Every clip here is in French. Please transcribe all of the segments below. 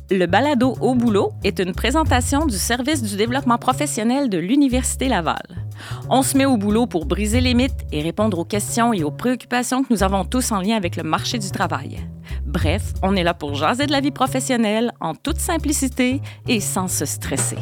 Le balado Au boulot est une présentation du service du développement professionnel de l'Université Laval. On se met au boulot pour briser les mythes et répondre aux questions et aux préoccupations que nous avons tous en lien avec le marché du travail. Bref, on est là pour jaser de la vie professionnelle en toute simplicité et sans se stresser.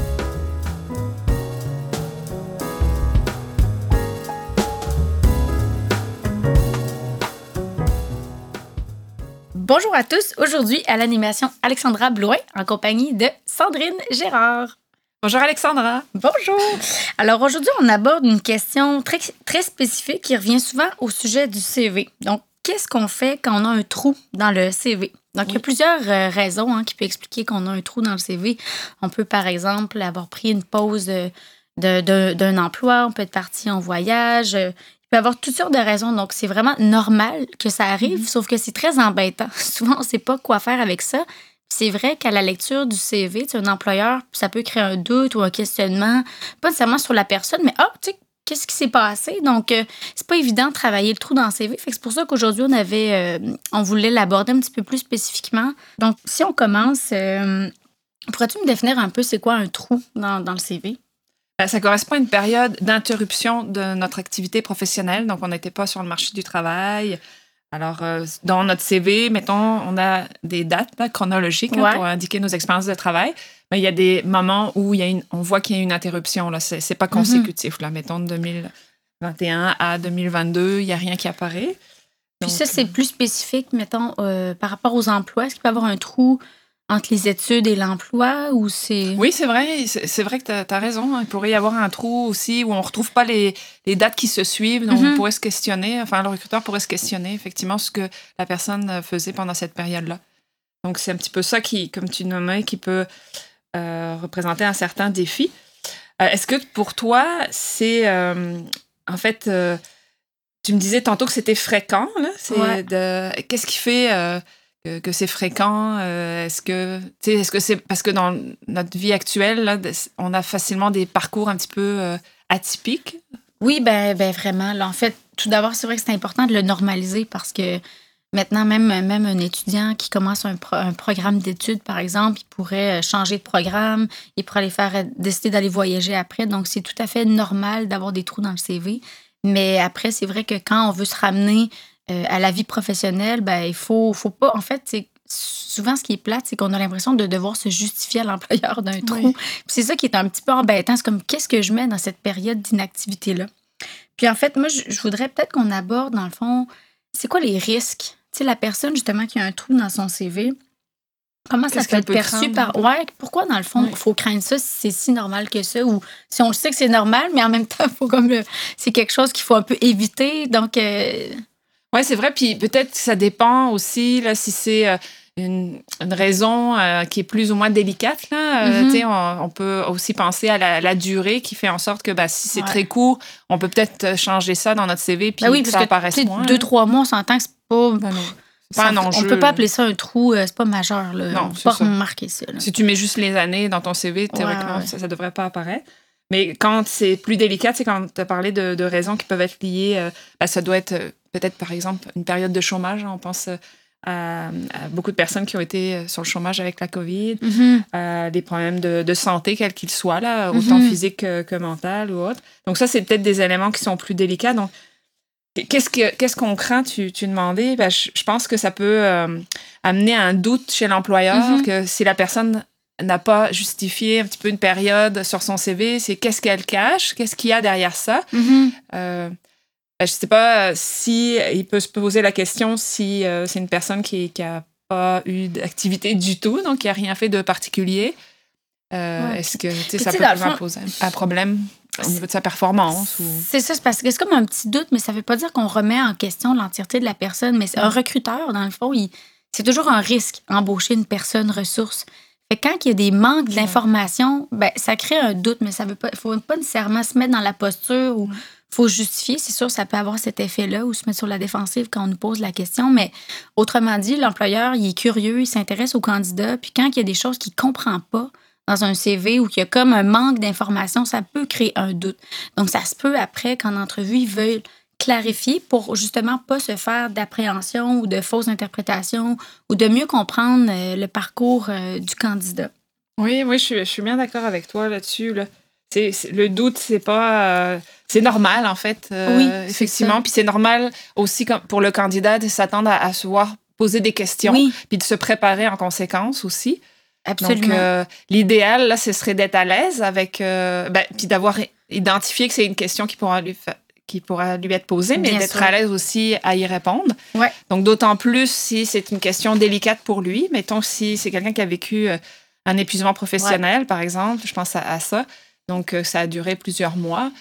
Bonjour à tous. Aujourd'hui, à l'animation, Alexandra Blouin en compagnie de Sandrine Gérard. Bonjour Alexandra. Bonjour. Alors aujourd'hui, on aborde une question très spécifique qui revient souvent au sujet du CV. Donc, qu'est-ce qu'on fait quand on a un trou dans le CV? Donc, il y a plusieurs raisons qui peuvent expliquer qu'on a un trou dans le CV. On peut, par exemple, avoir pris une pause d'un emploi. On peut être parti en voyage. Il peut y avoir toutes sortes de raisons. Donc, c'est vraiment normal que ça arrive, sauf que c'est très embêtant. Souvent, on ne sait pas quoi faire avec ça. C'est vrai qu'à la lecture du CV, un employeur, ça peut créer un doute ou un questionnement, pas nécessairement sur la personne, mais tu sais, qu'est-ce qui s'est passé? Donc, c'est pas évident de travailler le trou dans le CV. Fait que c'est pour ça qu'aujourd'hui, on voulait l'aborder un petit peu plus spécifiquement. Donc, si on commence, pourrais-tu me définir un peu c'est quoi un trou dans le CV? Ça correspond à une période d'interruption de notre activité professionnelle. Donc, on n'était pas sur le marché du travail. Alors, dans notre CV, mettons, on a des dates chronologiques pour indiquer nos expériences de travail. Mais il y a des moments où on voit qu'il y a une interruption. Là. C'est pas consécutif. Là. Mettons, de 2021 à 2022, il n'y a rien qui apparaît. Puis ça, c'est plus spécifique, mettons, par rapport aux emplois. Est-ce qu'il peut y avoir un trou entre les études et l'emploi ou c'est... Oui, c'est vrai. C'est vrai que tu as raison. Il pourrait y avoir un trou aussi où on ne retrouve pas les dates qui se suivent. Donc, on pourrait se questionner, le recruteur pourrait se questionner effectivement ce que la personne faisait pendant cette période-là. Donc, c'est un petit peu ça qui, comme tu nommais, qui peut représenter un certain défi. Est-ce que pour toi, c'est... en fait, tu me disais tantôt que c'était fréquent. Là. Qu'est-ce qui fait... que c'est fréquent? Est-ce que c'est parce que dans notre vie actuelle, là, on a facilement des parcours un petit peu atypiques? Oui, ben vraiment. Là, en fait, tout d'abord, c'est vrai que c'est important de le normaliser parce que maintenant, même un étudiant qui commence un programme d'études, par exemple, il pourrait changer de programme, il pourrait décider d'aller voyager après. Donc, c'est tout à fait normal d'avoir des trous dans le CV. Mais après, c'est vrai que quand on veut se ramener à la vie professionnelle, il faut pas... En fait, c'est souvent, ce qui est plate, c'est qu'on a l'impression de devoir se justifier à l'employeur d'un trou. Oui. Puis c'est ça qui est un petit peu embêtant. C'est comme, qu'est-ce que je mets dans cette période d'inactivité-là? Puis en fait, moi, je voudrais peut-être qu'on aborde, dans le fond, c'est quoi les risques? Tu sais, la personne, justement, qui a un trou dans son CV, comment ça peut être perçu par... Ouais, pourquoi, dans le fond, il faut craindre ça si c'est si normal que ça? Ou si on le sait que c'est normal, mais en même temps, c'est quelque chose qu'il faut un peu éviter. Donc... Oui, c'est vrai. Puis peut-être que ça dépend aussi là, si c'est une raison qui est plus ou moins délicate. Là. On peut aussi penser à la durée qui fait en sorte que si c'est très court, on peut peut-être changer ça dans notre CV puis que ça apparaisse moins. 2-3 mois, on s'entend que c'est pas... c'est pas un enjeu. On peut pas appeler ça un trou, c'est pas majeur. Là. Non, on peut pas remarquer ça. Là. Si tu mets juste les années dans ton CV, théoriquement, ça devrait pas apparaître. Mais quand c'est plus délicat, c'est quand tu as parlé de raisons qui peuvent être liées, ça doit être peut-être, par exemple, une période de chômage. On pense à beaucoup de personnes qui ont été sur le chômage avec la COVID, des problèmes de santé, quels qu'ils soient, là, autant physiques que mental ou autre. Donc ça, c'est peut-être des éléments qui sont plus délicats. Donc, qu'est-ce qu'on craint, tu demandais? Je pense que ça peut amener un doute chez l'employeur que si la personne n'a pas justifié un petit peu une période sur son CV, c'est qu'est-ce qu'elle cache, qu'est-ce qu'il y a derrière ça. Je ne sais pas si il peut se poser la question si c'est une personne qui n'a pas eu d'activité du tout, donc qui n'a rien fait de particulier. Est-ce que ça peut poser un problème au niveau de sa performance? C'est ça, c'est parce que c'est comme un petit doute, mais ça ne veut pas dire qu'on remet en question l'entièreté de la personne. Mais un recruteur, dans le fond, c'est toujours un risque embaucher une personne ressource. Fait que quand il y a des manques d'informations, ça crée un doute, mais ça veut pas. Il ne faut pas nécessairement se mettre dans la posture où il faut justifier. C'est sûr, ça peut avoir cet effet-là ou se mettre sur la défensive quand on nous pose la question. Mais autrement dit, l'employeur, il est curieux, il s'intéresse au candidat. Puis quand il y a des choses qu'il ne comprend pas dans un CV ou qu'il y a comme un manque d'informations, ça peut créer un doute. Donc, ça se peut après qu'en entrevue, ils veulent clarifier pour justement pas se faire d'appréhension ou de fausses interprétations ou de mieux comprendre le parcours du candidat. Oui, je suis bien d'accord avec toi là-dessus. Là. Le doute, c'est pas... c'est normal, en fait, oui, effectivement. Puis c'est normal aussi pour le candidat de s'attendre à se voir poser des questions, puis de se préparer en conséquence aussi. Absolument. Donc, l'idéal, là, ce serait d'être à l'aise avec... puis d'avoir identifié que c'est une question qui pourra lui être posée, mais d'être à l'aise aussi à y répondre. Ouais. Donc, d'autant plus si c'est une question délicate pour lui. Mettons, si c'est quelqu'un qui a vécu un épuisement professionnel, par exemple, je pense à ça. Donc, ça a duré plusieurs mois.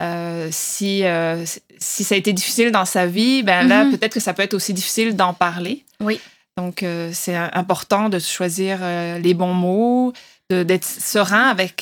Si ça a été difficile dans sa vie, là, peut-être que ça peut être aussi difficile d'en parler. Oui. Donc, c'est important de choisir les bons mots, d'être serein avec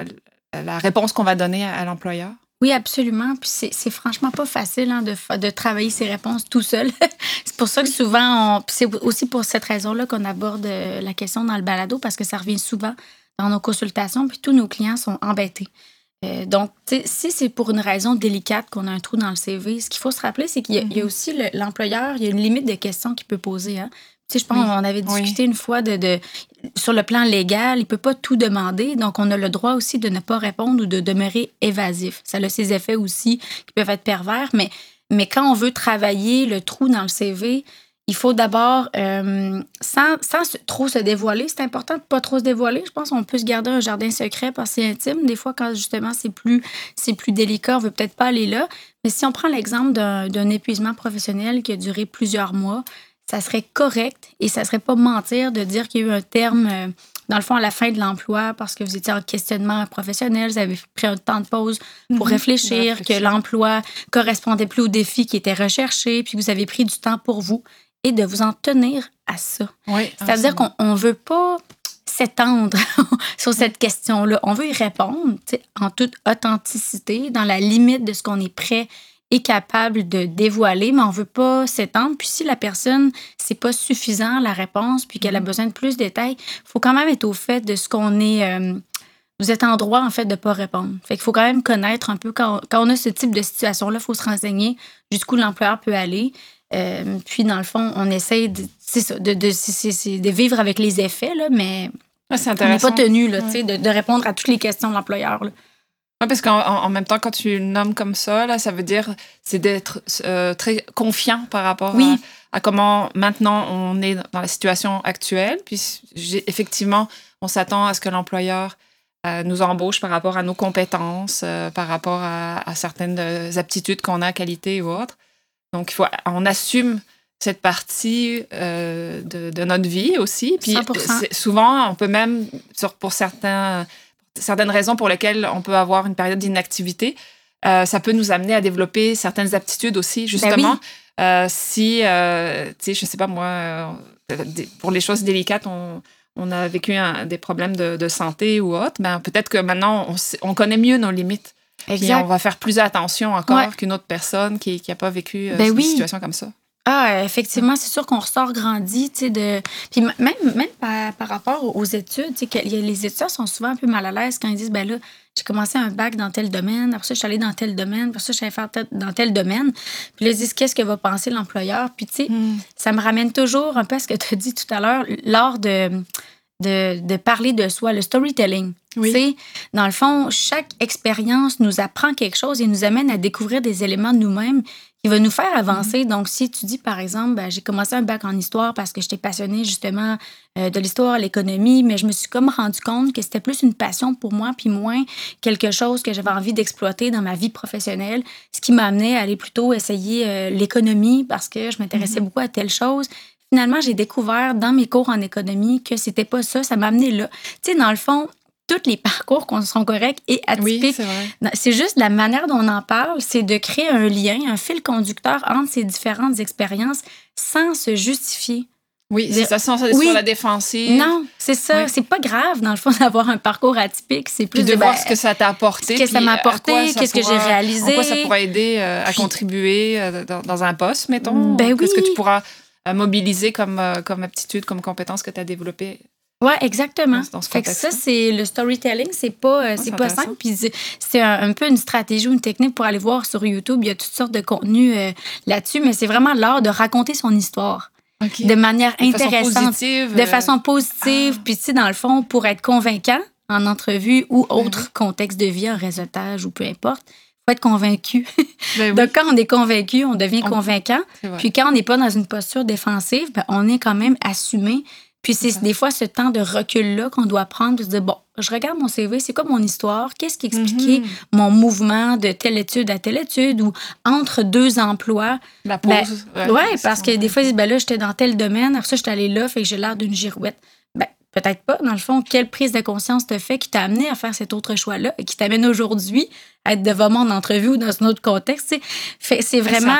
la réponse qu'on va donner à l'employeur. Oui, absolument. Puis c'est franchement pas facile de travailler ses réponses tout seul. C'est pour ça que souvent, c'est aussi pour cette raison-là qu'on aborde la question dans le balado, parce que ça revient souvent dans nos consultations, puis tous nos clients sont embêtés. Donc, si c'est pour une raison délicate qu'on a un trou dans le CV, ce qu'il faut se rappeler, c'est qu'il y a aussi l'employeur, il y a une limite de questions qu'il peut poser. Hein. Je pense qu'on avait discuté une fois sur le plan légal, il ne peut pas tout demander, donc on a le droit aussi de ne pas répondre ou de demeurer évasif. Ça a ses effets aussi qui peuvent être pervers, mais quand on veut travailler le trou dans le CV, il faut d'abord, sans trop se dévoiler, c'est important de ne pas trop se dévoiler. Je pense qu'on peut se garder un jardin secret parce que c'est intime. Des fois, quand justement c'est plus délicat, on ne veut peut-être pas aller là. Mais si on prend l'exemple d'un épuisement professionnel qui a duré plusieurs mois, ça serait correct et ça serait pas mentir de dire qu'il y a eu un terme, dans le fond, à la fin de l'emploi parce que vous étiez en questionnement professionnel, vous avez pris un temps de pause pour réfléchir, que l'emploi correspondait plus aux défis qui étaient recherchés, puis que vous avez pris du temps pour vous et de vous en tenir à ça. Oui, c'est-à-dire qu'on ne veut pas s'étendre sur cette question-là. On veut y répondre en toute authenticité, dans la limite de ce qu'on est prêt est capable de dévoiler, mais on ne veut pas s'étendre. Puis si la personne, c'est pas suffisant, la réponse, puis qu'elle a besoin de plus de détails, il faut quand même être au fait de ce qu'on est... vous êtes en droit, en fait, de ne pas répondre. Fait qu'il faut quand même connaître un peu, quand on a ce type de situation-là, il faut se renseigner jusqu'où l'employeur peut aller. Puis, dans le fond, on essaie de vivre avec les effets, là, mais on n'est pas tenu là, de répondre à toutes les questions de l'employeur. Là. Oui, parce qu'en même temps, quand tu le nommes comme ça, là, ça veut dire c'est d'être très confiant par rapport à comment maintenant on est dans la situation actuelle. Puis effectivement, on s'attend à ce que l'employeur nous embauche par rapport à nos compétences, par rapport à certaines aptitudes qu'on a, qualités ou autres. Donc, on assume cette partie de notre vie aussi. Puis 100%. Souvent, on peut même, pour certaines raisons pour lesquelles on peut avoir une période d'inactivité, ça peut nous amener à développer certaines aptitudes aussi, justement. Si, tu sais, je sais pas moi, pour les choses délicates, on a vécu des problèmes de santé ou autre, ben peut-être que maintenant, on connaît mieux nos limites. Exact. Puis on va faire plus attention encore qu'une autre personne qui n'a pas vécu une situation comme ça. Ah, effectivement, c'est sûr qu'on ressort grandi, tu sais, Puis même par rapport aux études, tu sais, les étudiants sont souvent un peu mal à l'aise quand ils disent, ben là, j'ai commencé un bac dans tel domaine, après ça, je suis allée dans tel domaine, après ça, je suis allée faire dans tel domaine. Puis là, ils disent, qu'est-ce que va penser l'employeur? Puis, tu sais, ça me ramène toujours un peu à ce que tu as dit tout à l'heure, lors de parler de soi, le storytelling. Oui. Tu sais, dans le fond, chaque expérience nous apprend quelque chose et nous amène à découvrir des éléments de nous-mêmes qui va nous faire avancer. Donc, si tu dis, par exemple, j'ai commencé un bac en histoire parce que j'étais passionnée, justement, de l'histoire, l'économie, mais je me suis comme rendu compte que c'était plus une passion pour moi, puis moins quelque chose que j'avais envie d'exploiter dans ma vie professionnelle, ce qui m'a amené à aller plutôt essayer l'économie parce que je m'intéressais beaucoup à telle chose. Finalement, j'ai découvert dans mes cours en économie que c'était pas ça. Ça m'a amené là. Tu sais, dans le fond, tous les parcours sont corrects et atypiques. Oui, c'est vrai. C'est juste la manière dont on en parle, c'est de créer un lien, un fil conducteur entre ces différentes expériences sans se justifier. Oui, c'est ça, sans aller sur la défensive. Non, c'est ça. Oui. C'est pas grave, dans le fond, d'avoir un parcours atypique. C'est plus de voir ce que ça t'a apporté. Qu'est-ce que ça m'a apporté, qu'est-ce que j'ai réalisé. En quoi ça pourra aider à contribuer dans un poste, mettons. Ben oui. Qu'est-ce que tu pourras mobiliser comme aptitude, comme compétence que tu as développée Oui, exactement. Dans ce fait que contexte-là. ça, c'est le storytelling, c'est pas simple. Puis c'est un peu une stratégie ou une technique pour aller voir sur YouTube. Il y a toutes sortes de contenus là-dessus, mais c'est vraiment l'art de raconter son histoire de manière intéressante. De façon positive. Puis, tu sais, dans le fond, pour être convaincant en entrevue ou autre contexte de vie, un réseautage ou peu importe, il faut être convaincu. Donc, quand on est convaincu, on devient convaincant. Puis, quand on n'est pas dans une posture défensive, ben, on est quand même assumé. Puis c'est des fois ce temps de recul-là qu'on doit prendre pour se dire, bon, je regarde mon CV, c'est quoi mon histoire? Qu'est-ce qui expliquait mon mouvement de telle étude à telle étude ou entre deux emplois? La pause. Oui, parce que des fois, ils disent, ben là, j'étais dans tel domaine, après ça, j'étais allée là, fait que j'ai l'air d'une girouette. Ben, peut-être pas. Dans le fond, quelle prise de conscience te fait qui t'a amené à faire cet autre choix-là et qui t'amène aujourd'hui à être devant mon entrevue ou dans un autre contexte? C'est vraiment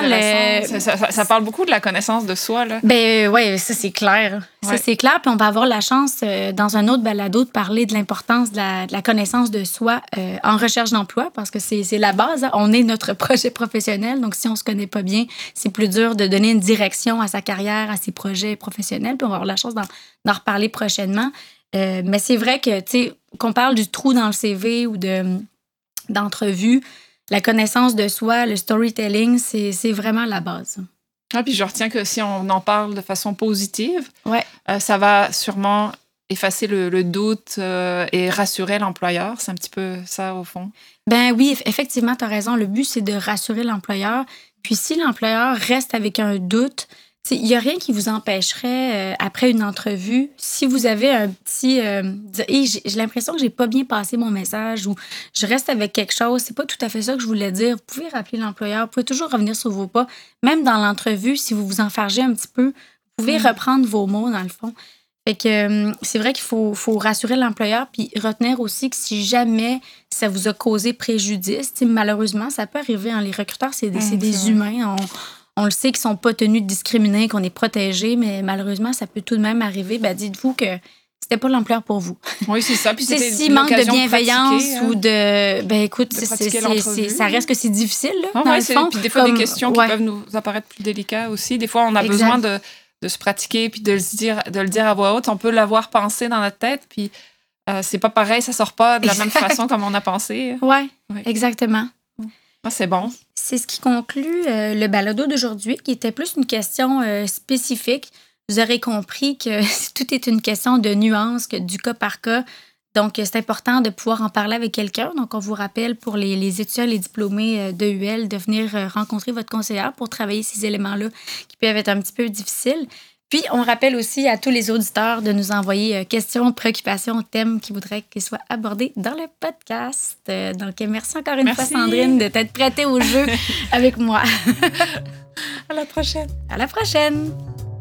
ça parle beaucoup de la connaissance de soi, là. Ben oui, ça, c'est clair. Ça, c'est clair. Puis on va avoir la chance, dans un autre balado, de parler de l'importance de la connaissance de soi en recherche d'emploi parce que c'est la base. Hein. On est notre projet professionnel. Donc, si on se connaît pas bien, c'est plus dur de donner une direction à sa carrière, à ses projets professionnels. Puis on va avoir la chance d'en reparler prochainement. Mais c'est vrai que, tu sais, qu'on parle du trou dans le CV ou d'entrevue, la connaissance de soi, le storytelling, c'est vraiment la base. Ah, puis je retiens que si on en parle de façon positive, ouais. Ça va sûrement effacer le doute et rassurer l'employeur. C'est un petit peu ça, au fond. Ben oui, effectivement, tu as raison. Le but, c'est de rassurer l'employeur. Puis si l'employeur reste avec un doute, il n'y a rien qui vous empêcherait, après une entrevue, si vous avez un petit... hey, j'ai l'impression que j'ai pas bien passé mon message ou je reste avec quelque chose, c'est pas tout à fait ça que je voulais dire. Vous pouvez rappeler l'employeur, vous pouvez toujours revenir sur vos pas. Même dans l'entrevue, si vous vous enfargez un petit peu, vous pouvez reprendre vos mots, dans le fond. Fait que c'est vrai qu'il faut rassurer l'employeur puis retenir aussi que si jamais ça vous a causé préjudice, malheureusement, ça peut arriver. Hein, les recruteurs, c'est des humains. On le sait qu'ils ne sont pas tenus de discriminer, qu'on est protégé, mais malheureusement, ça peut tout de même arriver. Ben, dites-vous que c'était pas l'employeur pour vous. Oui, c'est ça. Puis s'il manque de bienveillance ou de... Ben écoute, ça reste que c'est difficile, là, dans le fond. Puis des fois, des questions qui peuvent nous apparaître plus délicates aussi. Des fois, on a besoin de se pratiquer puis de le dire à voix haute. On peut l'avoir pensé dans notre tête, puis c'est pas pareil, ça sort pas de la même façon comme on a pensé. Oui, exactement. Ah, c'est bon. C'est ce qui conclut le balado d'aujourd'hui, qui était plus une question spécifique. Vous aurez compris que tout est une question de nuance, que du cas par cas. Donc, c'est important de pouvoir en parler avec quelqu'un. Donc, on vous rappelle pour les étudiants, les diplômés de UL, de venir rencontrer votre conseillère pour travailler ces éléments-là qui peuvent être un petit peu difficiles. Puis, on rappelle aussi à tous les auditeurs de nous envoyer questions, préoccupations, thèmes qu'ils voudraient qu'ils soient abordés dans le podcast. Donc, merci encore une fois, Sandrine, de t'être prêtée au jeu avec moi. À la prochaine. À la prochaine.